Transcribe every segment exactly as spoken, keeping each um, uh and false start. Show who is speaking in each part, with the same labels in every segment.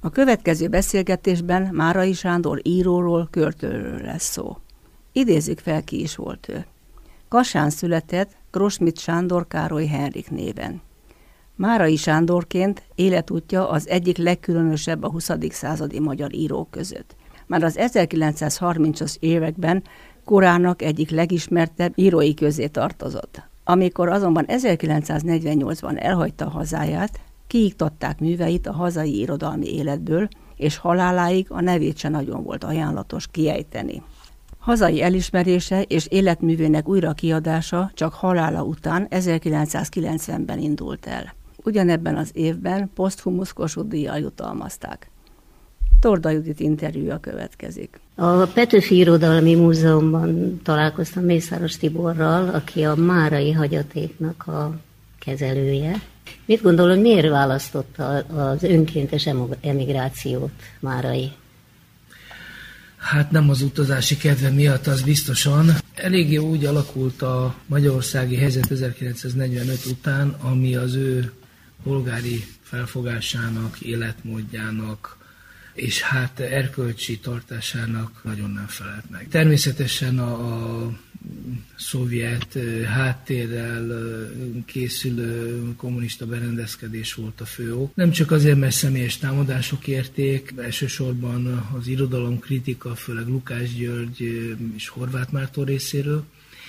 Speaker 1: A következő beszélgetésben Márai Sándor íróról, költőről lesz szó. Idézzük fel, ki is volt ő. Kassán született, Grosschmidt Sándor Károly Henrik néven. Márai Sándorként életútja az egyik legkülönösebb a huszadik századi magyar írók között. Már az ezerkilencszázharmincas években korának egyik legismertebb írói közé tartozott. Amikor azonban ezerkilencszáznegyvennyolcban elhagyta a hazáját, kiiktatták műveit a hazai irodalmi életből, és haláláig a nevét se nagyon volt ajánlatos kiejteni. Hazai elismerése és életművének újrakiadása csak halála után ezerkilencszázkilencvenben indult el. Ugyanebben az évben poszthumusz Kossuth-díjjal jutalmazták. Torda Judit interjúja következik.
Speaker 2: A Petőfi Irodalmi Múzeumban találkoztam Mészáros Tiborral, aki a márai hagyatéknak a kezelője. Mit gondol, hogy miért választotta az önkéntes emigrációt Márai?
Speaker 3: Hát nem az utazási kedve miatt, az biztosan. Eléggé úgy alakult a magyarországi helyzet ezerkilencszáznegyvenöt után, ami az ő polgári felfogásának, életmódjának és hát erkölcsi tartásának nagyon nem felelt meg. Természetesen a, a szovjet háttérrel készülő kommunista berendezkedés volt a fő ok. Nem csak azért, mert személyes támadások érték, elsősorban az irodalomkritika, főleg Lukács György és Horváth Márton részéről,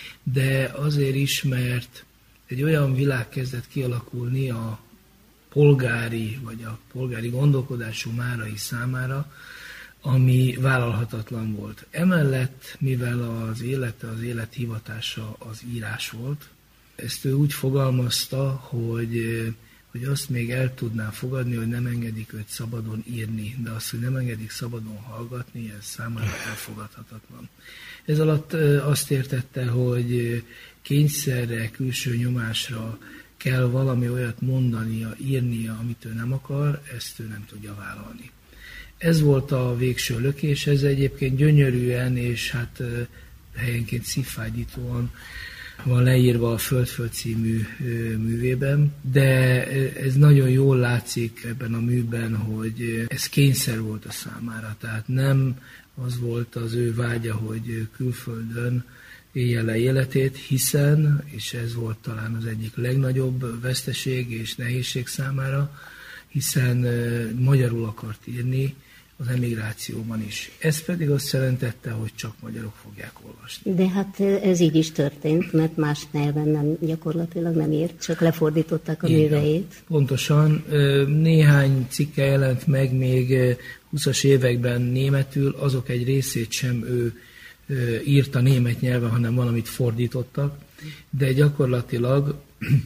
Speaker 3: de azért is, mert egy olyan világ kezdett kialakulni a polgári, vagy a polgári gondolkodású márai számára, ami vállalhatatlan volt. Emellett, mivel az élete, az élet hivatása az írás volt, ezt ő úgy fogalmazta, hogy, hogy azt még el tudná fogadni, hogy nem engedik őt szabadon írni, de azt, hogy nem engedik szabadon hallgatni, ez számára elfogadhatatlan. Ez alatt azt értette, hogy kényszerre, külső nyomásra kell valami olyat mondania, írnia, amit ő nem akar, ezt ő nem tudja vállalni. Ez volt a végső lökés, ez egyébként gyönyörűen és hát helyenként szívfájdítóan van leírva a Föld-Föld című művében, de ez nagyon jól látszik ebben a műben, hogy ez kényszer volt a számára, tehát nem az volt az ő vágya, hogy külföldön élje le életét, hiszen, és ez volt talán az egyik legnagyobb veszteség és nehézség számára, hiszen magyarul akart írni az emigrációban is. Ez pedig azt jelentette, hogy csak magyarok fogják olvasni.
Speaker 2: De hát ez így is történt, mert más nyelven nem, gyakorlatilag nem írt, csak lefordították a
Speaker 3: Igen,
Speaker 2: műveit.
Speaker 3: Pontosan. Néhány cikke jelent meg még húszas években németül, azok egy részét sem ő írta német nyelven, hanem valamit fordítottak, de gyakorlatilag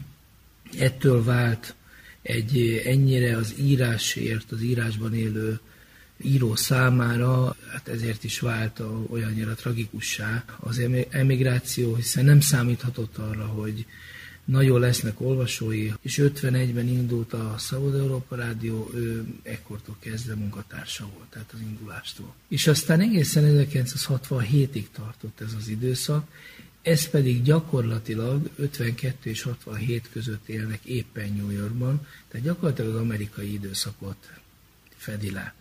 Speaker 3: ettől vált egy ennyire az írásért, az írásban élő író számára, hát ezért is vált olyannyira tragikussá az emigráció, hiszen nem számíthatott arra, hogy nagyon lesznek olvasói, és ötvenegyben indult a Szabad Európa Rádió, ő ekkortól kezdve munkatársa volt, tehát az indulástól. És aztán egészen ezerkilencszázhatvanhétig tartott ez az időszak, ez pedig gyakorlatilag ötvenkettő és hatvanhét között élnek éppen New Yorkban, tehát gyakorlatilag az amerikai időszakot fedi le.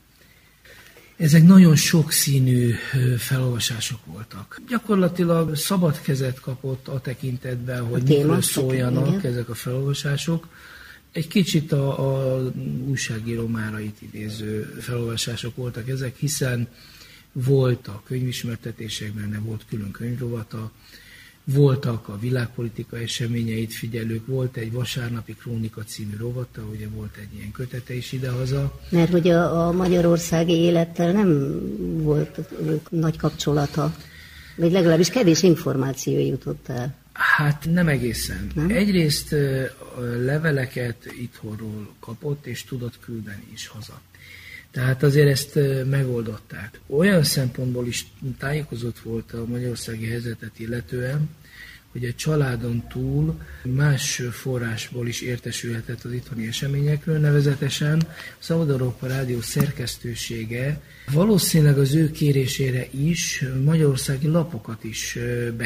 Speaker 3: Ezek nagyon sokszínű felolvasások voltak. Gyakorlatilag szabad kezet kapott a tekintetben, hogy mikről szóljanak ezek a felolvasások. Egy kicsit a, a újságíró Márait idéző felolvasások voltak ezek, hiszen volt a könyvismertetésekben, volt külön könyvrovata, voltak a világpolitika eseményeit figyelők, volt egy vasárnapi krónika című rovata, ugye volt egy ilyen kötete is idehaza.
Speaker 2: Mert hogy a, a magyarországi élettel nem volt nagy kapcsolata, vagy legalábbis kevés információ jutott el.
Speaker 3: Hát nem egészen. Nem? Egyrészt leveleket itthonról kapott, és tudott küldeni is haza. Tehát azért ezt megoldották. Olyan szempontból is tájékozott volt a magyarországi helyzetet illetően, hogy a családon túl más forrásból is értesülhetett az itthoni eseményekről, nevezetesen a Szabad Európa Rádió szerkesztősége valószínűleg az ő kérésére is magyarországi lapokat is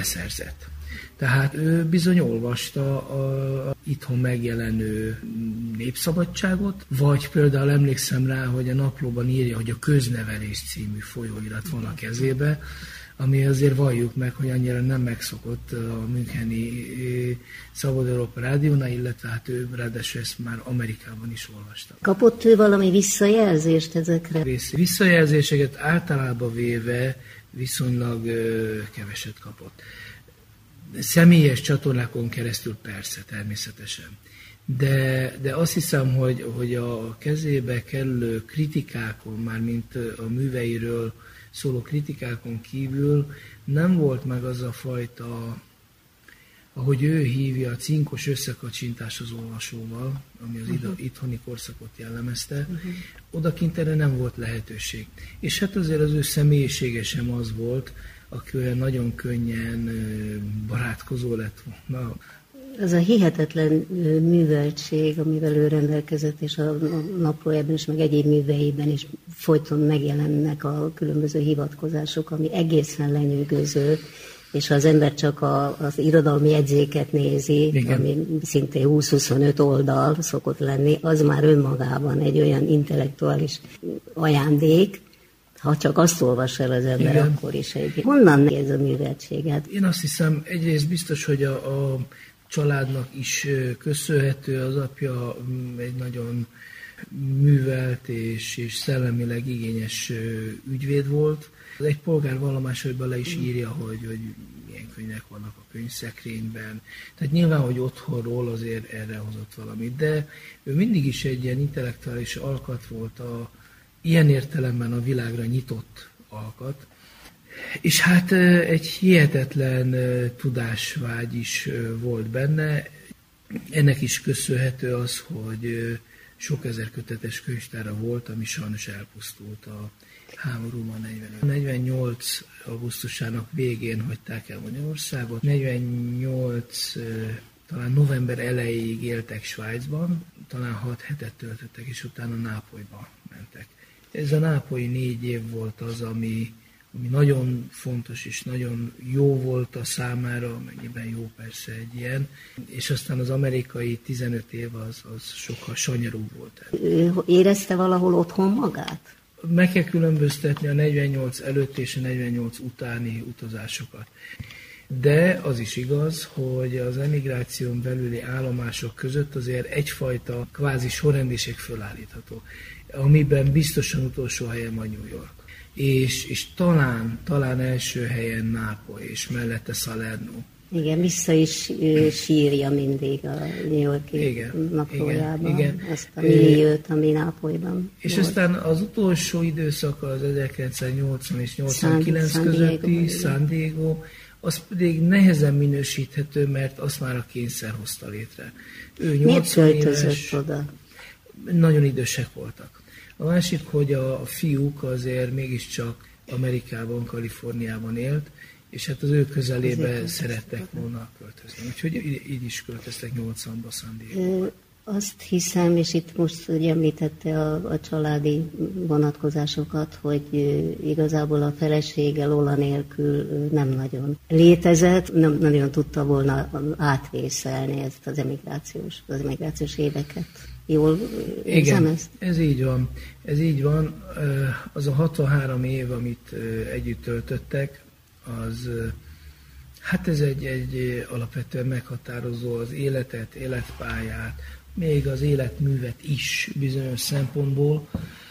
Speaker 3: beszerzett. Tehát ő bizony olvasta a itthon megjelenő népszabadságot, vagy például emlékszem rá, hogy a naplóban írja, hogy a Köznevelés című folyóirat van a kezébe, ami azért valljuk meg, hogy annyira nem megszokott a müncheni Szabad Európa Rádiónál, illetve hát ő ráadásul ezt már Amerikában is olvasta.
Speaker 2: Kapott ő valami visszajelzést ezekre?
Speaker 3: Visszajelzéseket általában véve viszonylag keveset kapott. Személyes csatornákon keresztül persze, természetesen. De, de azt hiszem, hogy, hogy a kezébe kerülő kritikákon, mármint a műveiről szóló kritikákon kívül nem volt meg az a fajta, ahogy ő hívja, a cinkos összekacsintás az olvasóval, ami az uh-huh. itthoni korszakot jellemezte, uh-huh. odakint erre nem volt lehetőség. És hát azért az ő személyisége sem az volt, aki olyan nagyon könnyen barátkozó lett volna.
Speaker 2: Ez a hihetetlen műveltség, amivel ő rendelkezett, és a naplójában is, meg egyéb műveiben is folyton megjelennek a különböző hivatkozások, ami egészen lenyűgöző, és ha az ember csak a, az irodalmi jegyzéket nézi, igen. ami szintén húsz-huszonöt oldal szokott lenni, az már önmagában egy olyan intellektuális ajándék, ha csak azt olvas el az ember, igen. akkor is egy... Honnan ez a műveltséget?
Speaker 3: Én azt hiszem, egyrészt biztos, hogy a, a családnak is köszönhető, az apja egy nagyon művelt és, és szellemileg igényes ügyvéd volt. Egy polgárvallomás, hogy bele is írja, hogy, hogy milyen könyvek vannak a könyvszekrényben. Tehát nyilván, hogy otthonról azért erre hozott valamit, de ő mindig is egy ilyen intellektuális alkat volt, a, ilyen értelemben a világra nyitott alkat. És hát egy hihetetlen tudásvágy is volt benne. Ennek is köszönhető az, hogy sok ezer kötetes könyvtára volt, ami sajnos elpusztult a háborúban negyvenöt. negyvennyolc augusztusának végén hagyták el Magyarországot. negyvennyolc talán november elejéig éltek Svájcban, talán hat hetet töltöttek, és utána Nápolyba mentek. Ez a nápolyi négy év volt az, ami ami nagyon fontos és nagyon jó volt a számára, mennyiben jó persze egy ilyen, és aztán az amerikai tizenöt év az, az sokkal sanyarúbb volt.
Speaker 2: Érezte valahol otthon magát?
Speaker 3: Meg kell különböztetni a negyvennyolc előtt és a negyvennyolc utáni utazásokat. De az is igaz, hogy az emigráción belüli állomások között azért egyfajta kvázi sorrendiség fölállítható, amiben biztosan utolsó helyen van New York. És, és talán, talán első helyen Nápoly, és mellette Salerno.
Speaker 2: Igen, vissza is sírja mindig a New York-i naplójában, igen, igen. Azt a milliót, ami Nápolyban
Speaker 3: És
Speaker 2: volt.
Speaker 3: Aztán az utolsó időszaka az ezerkilencszáznyolcvan és nyolcvankilenc San, közötti, San Diego, az pedig nehezen minősíthető, mert azt már a kényszer hozta létre. Ő nyolcvan éves, oda? Nagyon idősek voltak. A másik, hogy a fiúk azért mégiscsak Amerikában, Kaliforniában élt, és hát az ő közelébe szerettek volna költözni. Úgyhogy így is költöztek nyolcvanba San Diego.
Speaker 2: Azt hiszem, és itt most ugye említette a, a családi vonatkozásokat, hogy igazából a felesége Lola nélkül nem nagyon létezett, nem nagyon tudta volna átvészelni ezt az emigrációs, az emigrációs éveket. Jól érzem ezt?
Speaker 3: Ez így van. Ez így van. Az a hatvanhárom év, amit együtt töltöttek, az, hát ez egy, egy alapvetően meghatározó az életet, életpályát, még az életművet is bizonyos szempontból,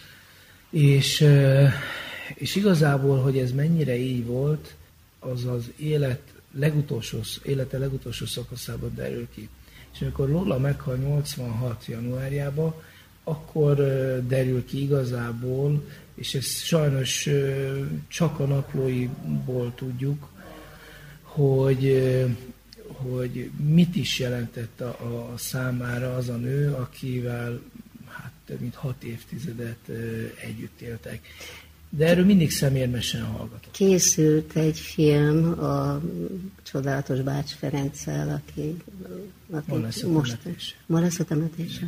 Speaker 3: és, és igazából, hogy ez mennyire így volt, az az élet legutolsó, élete legutolsó szakaszában derül ki. És amikor Lola meghal nyolcvanhat januárjában, akkor derül ki igazából, és ezt sajnos csak a naplóiból tudjuk, hogy, hogy mit is jelentett a, a számára az a nő, akivel hát több mint hat évtizedet együtt éltek. De erről mindig szemérmesen hallgatok.
Speaker 2: Készült egy film a csodálatos Bács Ferenccel, aki, aki
Speaker 3: Ma lesz a
Speaker 2: most...
Speaker 3: temetése.
Speaker 2: Ma lesz a temetése.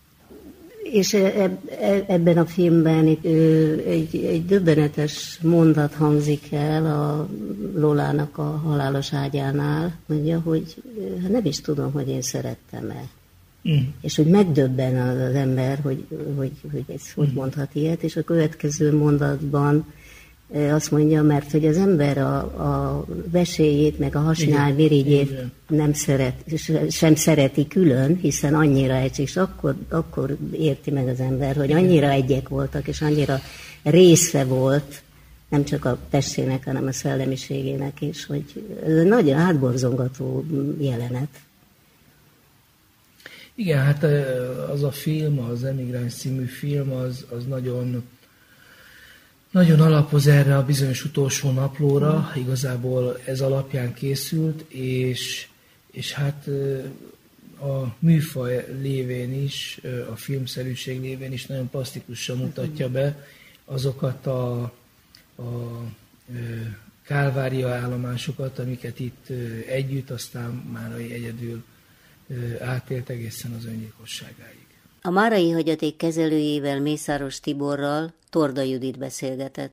Speaker 2: És ebben a filmben egy, egy döbbenetes mondat hangzik el a Lolának a halálos ágyánál. Mondja, hogy hát nem is tudom, hogy én szerettem-e. Mm. És hogy megdöbben az, az ember, hogy, hogy, hogy ez mm. hogy mondhat ilyet, és a következő mondatban azt mondja, mert hogy az ember a, a vesélyét, meg a hasnyál virigyét nem szeret, sem szereti külön, hiszen annyira egy, és akkor, akkor érti meg az ember, hogy annyira egyek voltak, és annyira része volt, nem csak a testének, hanem a szellemiségének is, hogy ez egy nagyon átborzongató jelenet.
Speaker 3: Igen, hát az a film, az Emigráns című film, az, az nagyon, nagyon alapoz erre a bizonyos utolsó naplóra, igazából ez alapján készült, és, és hát a műfaj lévén is, a filmszerűség lévén is nagyon plastikusan mutatja be azokat a, a kálvária állomásokat, amiket itt együtt, aztán Márai egyedül átélt egészen az öngyilkosságáig.
Speaker 2: A márai hagyaték kezelőjével, Mészáros Tiborral Torda Judit beszélgetett.